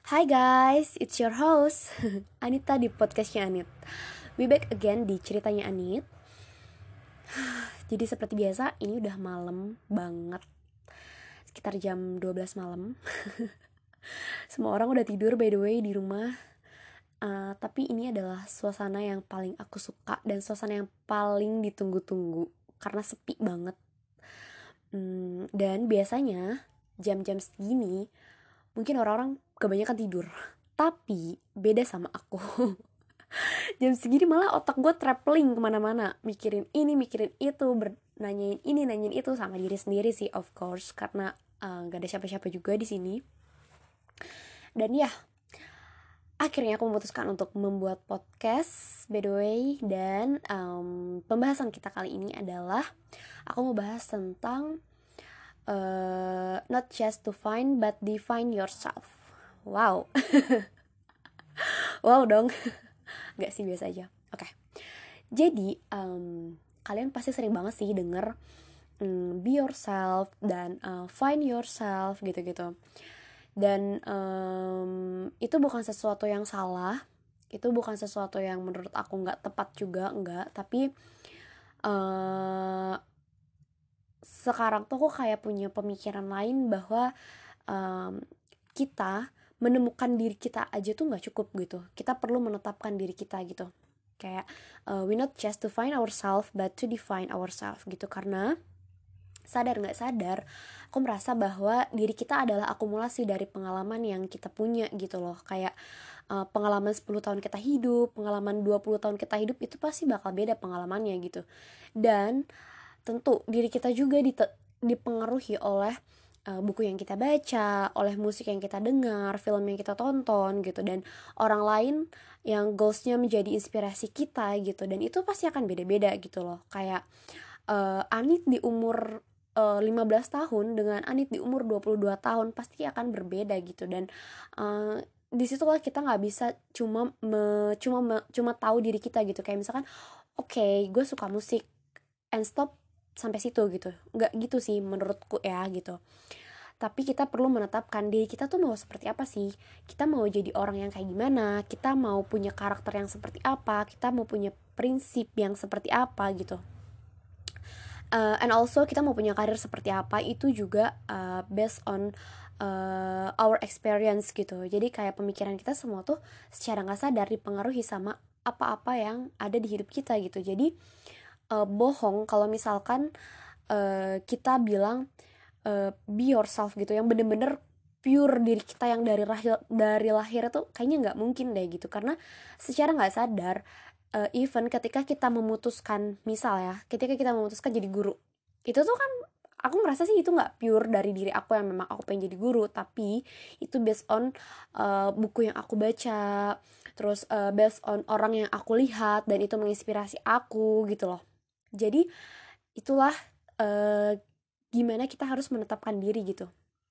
Hi guys, it's your host Anita di podcastnya Anit. We back again di ceritanya Anit. Jadi seperti biasa, ini udah malam banget, sekitar jam 12 malam. Semua orang udah tidur by the way di rumah. Tapi ini adalah suasana yang paling aku suka dan suasana yang paling ditunggu-tunggu karena sepi banget. Dan biasanya jam-jam segini mungkin orang-orang kebanyakan tidur. Tapi beda sama aku. Jam segini malah otak gue traveling kemana-mana, mikirin ini mikirin itu, nanyain ini nanyain itu sama diri sendiri sih, of course, karena gak ada siapa-siapa juga di sini. Dan ya, akhirnya aku memutuskan untuk membuat podcast by the way. Dan pembahasan kita kali ini adalah aku mau bahas tentang not just to find but define yourself. Wow. Wow dong. Gak sih, biasa aja. Oke. Jadi kalian pasti sering banget sih denger be yourself dan find yourself gitu-gitu. Dan itu bukan sesuatu yang salah, itu bukan sesuatu yang menurut aku nggak tepat juga, enggak. Tapi sekarang tuh aku kayak punya pemikiran lain bahwa kita menemukan diri kita aja tuh nggak cukup gitu. Kita perlu menetapkan diri kita gitu. Kayak we not just to find ourselves but to define ourselves gitu. Karena sadar nggak sadar, aku merasa bahwa diri kita adalah akumulasi dari pengalaman yang kita punya gitu loh. Kayak pengalaman 10 tahun kita hidup, pengalaman 20 tahun kita hidup, itu pasti bakal beda pengalamannya gitu. Dan tentu diri kita juga dipengaruhi oleh buku yang kita baca, oleh musik yang kita dengar, film yang kita tonton gitu, dan orang lain yang goalsnya menjadi inspirasi kita gitu. Dan itu pasti akan beda-beda gitu loh. Kayak Anit di umur 15 tahun dengan Anit di umur 22 tahun pasti akan berbeda gitu. Dan di situ lah kita nggak bisa cuma tahu diri kita gitu. Kayak misalkan oke, gue suka musik and stop sampai situ gitu. Nggak gitu sih menurutku ya gitu. Tapi kita perlu menetapkan diri kita tuh mau seperti apa sih. Kita mau jadi orang yang kayak gimana, kita mau punya karakter yang seperti apa, kita mau punya prinsip yang seperti apa gitu. And also kita mau punya karir seperti apa itu juga based on our experience gitu. Jadi kayak pemikiran kita semua tuh secara nggak sadar dipengaruhi sama apa-apa yang ada di hidup kita gitu. Jadi bohong kalau misalkan kita bilang be yourself gitu, yang bener-bener pure diri kita yang dari lahir tuh kayaknya nggak mungkin deh gitu. Karena secara nggak sadar, even ketika kita memutuskan, misal ya, ketika kita memutuskan jadi guru, itu tuh kan aku ngerasa sih itu nggak pure dari diri aku yang memang aku pengen jadi guru, tapi itu based on buku yang aku baca, terus based on orang yang aku lihat dan itu menginspirasi aku gitu loh. Jadi itulah uh, gimana kita harus menetapkan diri gitu.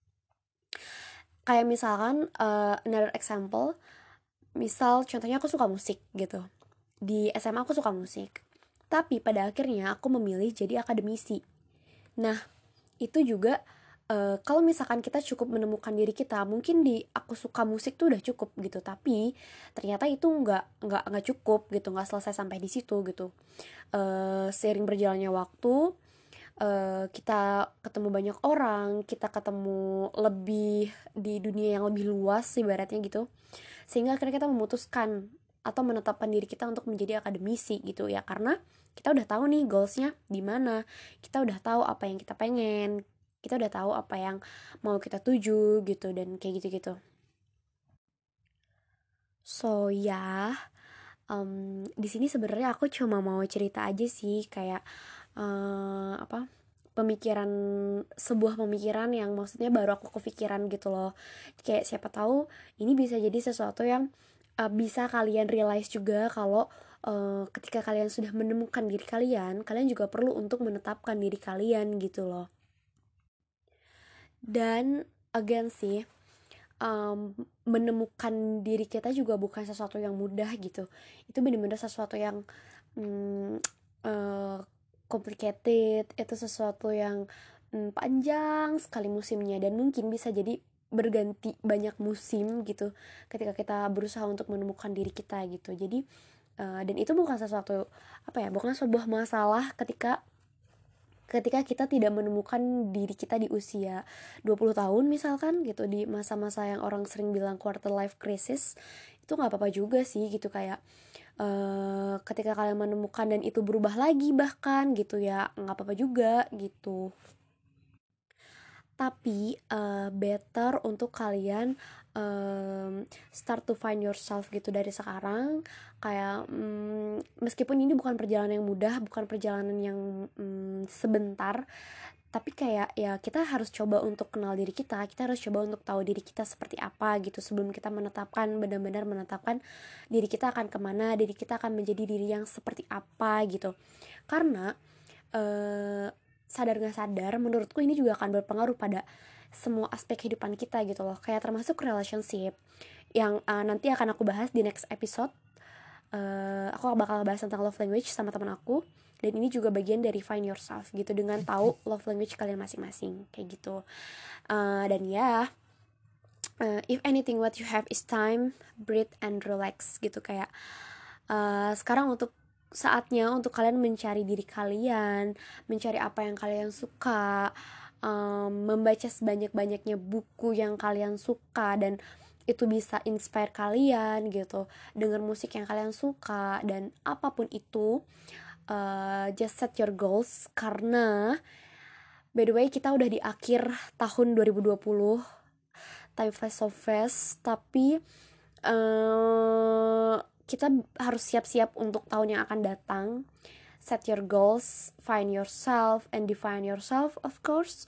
Kayak misalkan another example, misal contohnya aku suka musik gitu. Di SMA aku suka musik, tapi pada akhirnya aku memilih jadi akademisi. Nah, itu juga kalau misalkan kita cukup menemukan diri kita, mungkin di aku suka musik tuh udah cukup gitu. Tapi ternyata itu nggak cukup gitu, nggak selesai sampai di situ gitu. Seiring berjalannya waktu, kita ketemu banyak orang, kita ketemu lebih di dunia yang lebih luas ibaratnya gitu, sehingga akhirnya kita memutuskan atau menetapkan diri kita untuk menjadi akademisi gitu ya. Karena kita udah tahu nih goalsnya di mana, kita udah tahu apa yang kita pengen, kita udah tahu apa yang mau kita tuju gitu, dan kayak gitu-gitu. So ya, di sini sebenarnya aku cuma mau cerita aja sih, kayak apa, pemikiran, sebuah pemikiran yang maksudnya baru aku kepikiran gitu loh. Kayak siapa tahu ini bisa jadi sesuatu yang bisa kalian realize juga kalau ketika kalian sudah menemukan diri kalian, kalian juga perlu untuk menetapkan diri kalian gitu loh. Dan again sih, menemukan diri kita juga bukan sesuatu yang mudah gitu. Itu benar-benar sesuatu yang um, uh, complicated. Itu sesuatu yang panjang sekali musimnya, dan mungkin bisa jadi berganti banyak musim gitu ketika kita berusaha untuk menemukan diri kita gitu. Jadi dan itu bukan sesuatu bukan sebuah masalah ketika ketika kita tidak menemukan diri kita di usia 20 tahun misalkan gitu, di masa-masa yang orang sering bilang quarter life crisis. Itu nggak apa-apa juga sih gitu, kayak ketika kalian menemukan dan itu berubah lagi bahkan gitu ya, nggak apa-apa juga gitu. Tapi better untuk kalian start to find yourself gitu dari sekarang. Kayak meskipun ini bukan perjalanan yang mudah, bukan perjalanan yang sebentar, tapi kayak ya kita harus coba untuk kenal diri kita harus coba untuk tahu diri kita seperti apa gitu, sebelum kita benar-benar menetapkan diri kita akan kemana, diri kita akan menjadi diri yang seperti apa gitu. Karena sadar gak sadar menurutku ini juga akan berpengaruh pada semua aspek kehidupan kita gitu loh, kayak termasuk relationship yang nanti akan aku bahas di next episode. Aku bakal bahas tentang love language sama teman aku, dan ini juga bagian dari find yourself gitu, dengan tahu love language kalian masing-masing kayak gitu. Dan ya if anything what you have is time, breathe and relax gitu. Kayak sekarang untuk saatnya untuk kalian mencari diri kalian, mencari apa yang kalian suka, membaca sebanyak-banyaknya buku yang kalian suka dan itu bisa inspire kalian gitu, dengan musik yang kalian suka dan apapun itu. Just set your goals, karena by the way kita udah di akhir tahun 2020. Time flies so fast, tapi kita harus siap-siap untuk tahun yang akan datang. Set your goals, find yourself, and define yourself, of course.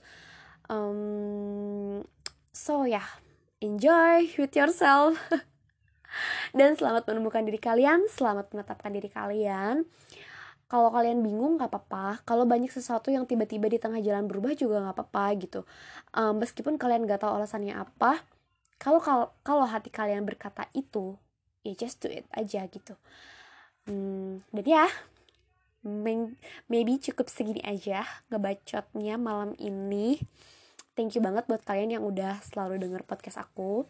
So yeah, enjoy with yourself. Dan selamat menemukan diri kalian, selamat menetapkan diri kalian. Kalau kalian bingung gak apa-apa, kalau banyak sesuatu yang tiba-tiba di tengah jalan berubah juga gak apa-apa gitu. Meskipun kalian gak tahu alasannya apa, kalau hati kalian berkata itu, ya just do it aja gitu. Dan ya maybe cukup segini aja ngebacotnya malam ini. Thank you banget buat kalian yang udah selalu denger podcast aku.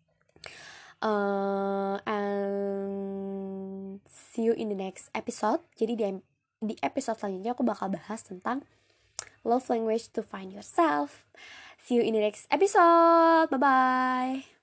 And see you in the next episode. Jadi di episode selanjutnya aku bakal bahas tentang love language to find yourself. See you in the next episode. Bye bye.